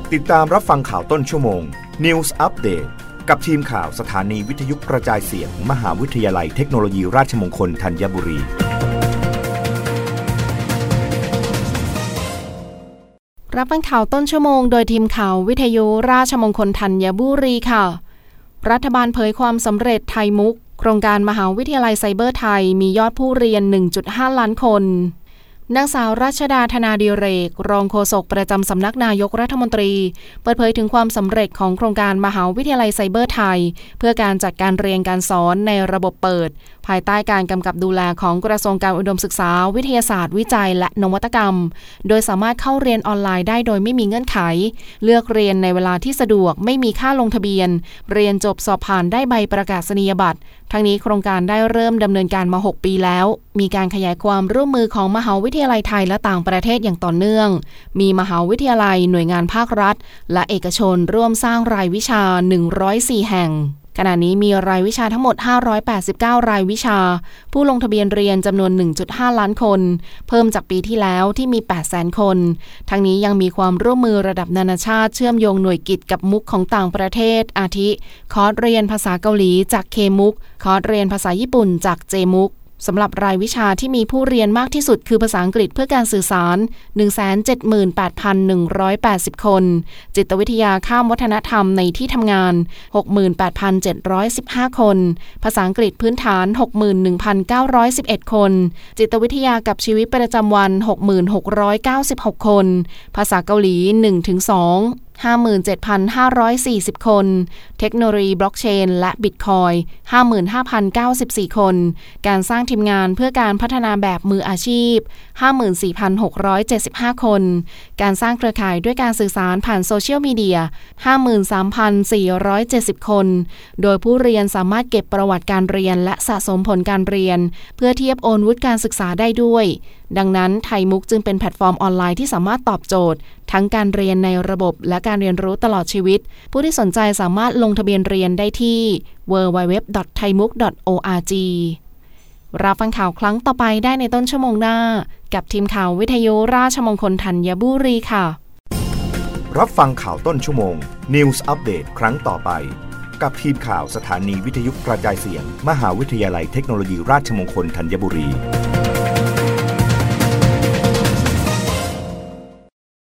ติดตามรับฟังข่าวต้นชั่วโมง News Update กับทีมข่าวสถานีวิทยุกระจายเสียง มหาวิทยาลัยเทคโนโลยีราชมงคลธัญบุรีรับฟังข่าวต้นชั่วโมงโดยทีมข่าววิทยุราชมงคลธัญบุรีค่ะรัฐบาลเผยความสำเร็จไทยมุกโครงการมหาวิทยาลัยไซเบอร์ไทยมียอดผู้เรียน 1.5 ล้านคนนางสาวรัชดาธนาดิเรกรองโฆษกประจำสำนักนายกรัฐมนตรีเปิดเผยถึงความสำเร็จของโครงการมหาวิทยาลัยไซเบอร์ไทยเพื่อการจัดการเรียนการสอนในระบบเปิดภายใต้การกำกับดูแลของกระทรวงการอุดมศึกษาวิทยาศาสตร์วิจัยและนวัตกรรมโดยสามารถเข้าเรียนออนไลน์ได้โดยไม่มีเงื่อนไขเลือกเรียนในเวลาที่สะดวกไม่มีค่าลงทะเบียนเรียนจบสอบผ่านได้ใบประกาศนียบัตรทั้งนี้โครงการได้เริ่มดำเนินการมา6ปีแล้วมีการขยายความร่วมมือของมหาวิทยาลัยไทยและต่างประเทศอย่างต่อเนื่องมีมหาวิทยาลัยหน่วยงานภาครัฐและเอกชนร่วมสร้างรายวิชา104แห่งขณะนี้มีรายวิชาทั้งหมด589รายวิชาผู้ลงทะเบียนเรียนจำนวน 1.5 ล้านคนเพิ่มจากปีที่แล้วที่มี 800,000 คนทั้งนี้ยังมีความร่วมมือระดับนานาชาติเชื่อมโยงหน่วยกิจกับมุกของต่างประเทศอาทิคอร์สเรียนภาษาเกาหลีจากเคมุกคอร์สเรียนภาษาญี่ปุ่นจากเจมุกสำหรับรายวิชาที่มีผู้เรียนมากที่สุดคือภาษาอังกฤษเพื่อการสื่อสาร 178,180 คนจิตวิทยาข้ามวัฒนธรรมในที่ทำงาน 68,715 คนภาษาอังกฤษพื้นฐาน 61,911 คนจิตวิทยากับชีวิตประจำวัน 6,696 คนภาษาเกาหลี 1-2 57,540 คนเทคโนโลยีบล็อกเชนและบิตคอยน์ 55,094 คนการสร้างทีมงานเพื่อการพัฒนาแบบมืออาชีพ 54,675 คนการสร้างเครือข่ายด้วยการสื่อสารผ่านโซเชียลมีเดีย 53,470 คนโดยผู้เรียนสามารถเก็บประวัติการเรียนและสะสมผลการเรียนเพื่อเทียบโอนวุฒิการศึกษาได้ด้วยดังนั้นไทยมุกจึงเป็นแพลตฟอร์มออนไลน์ที่สามารถตอบโจทย์ทั้งการเรียนในระบบและการเรียนรู้ตลอดชีวิตผู้ที่สนใจสามารถลงทะเบียนเรียนได้ที่ www.thaimuk.org รับฟังข่าวครั้งต่อไปได้ในต้นชั่วโมงหน้ากับทีมข่าววิทยุราชมงคลธัญบุรีค่ะรับฟังข่าวต้นชั่วโมง News Update ครั้งต่อไปกับทีมข่าวสถานีวิทยุกระจายเสียง มหาวิทยาลัยเทคโนโลยีราชมงคลธัญบุรี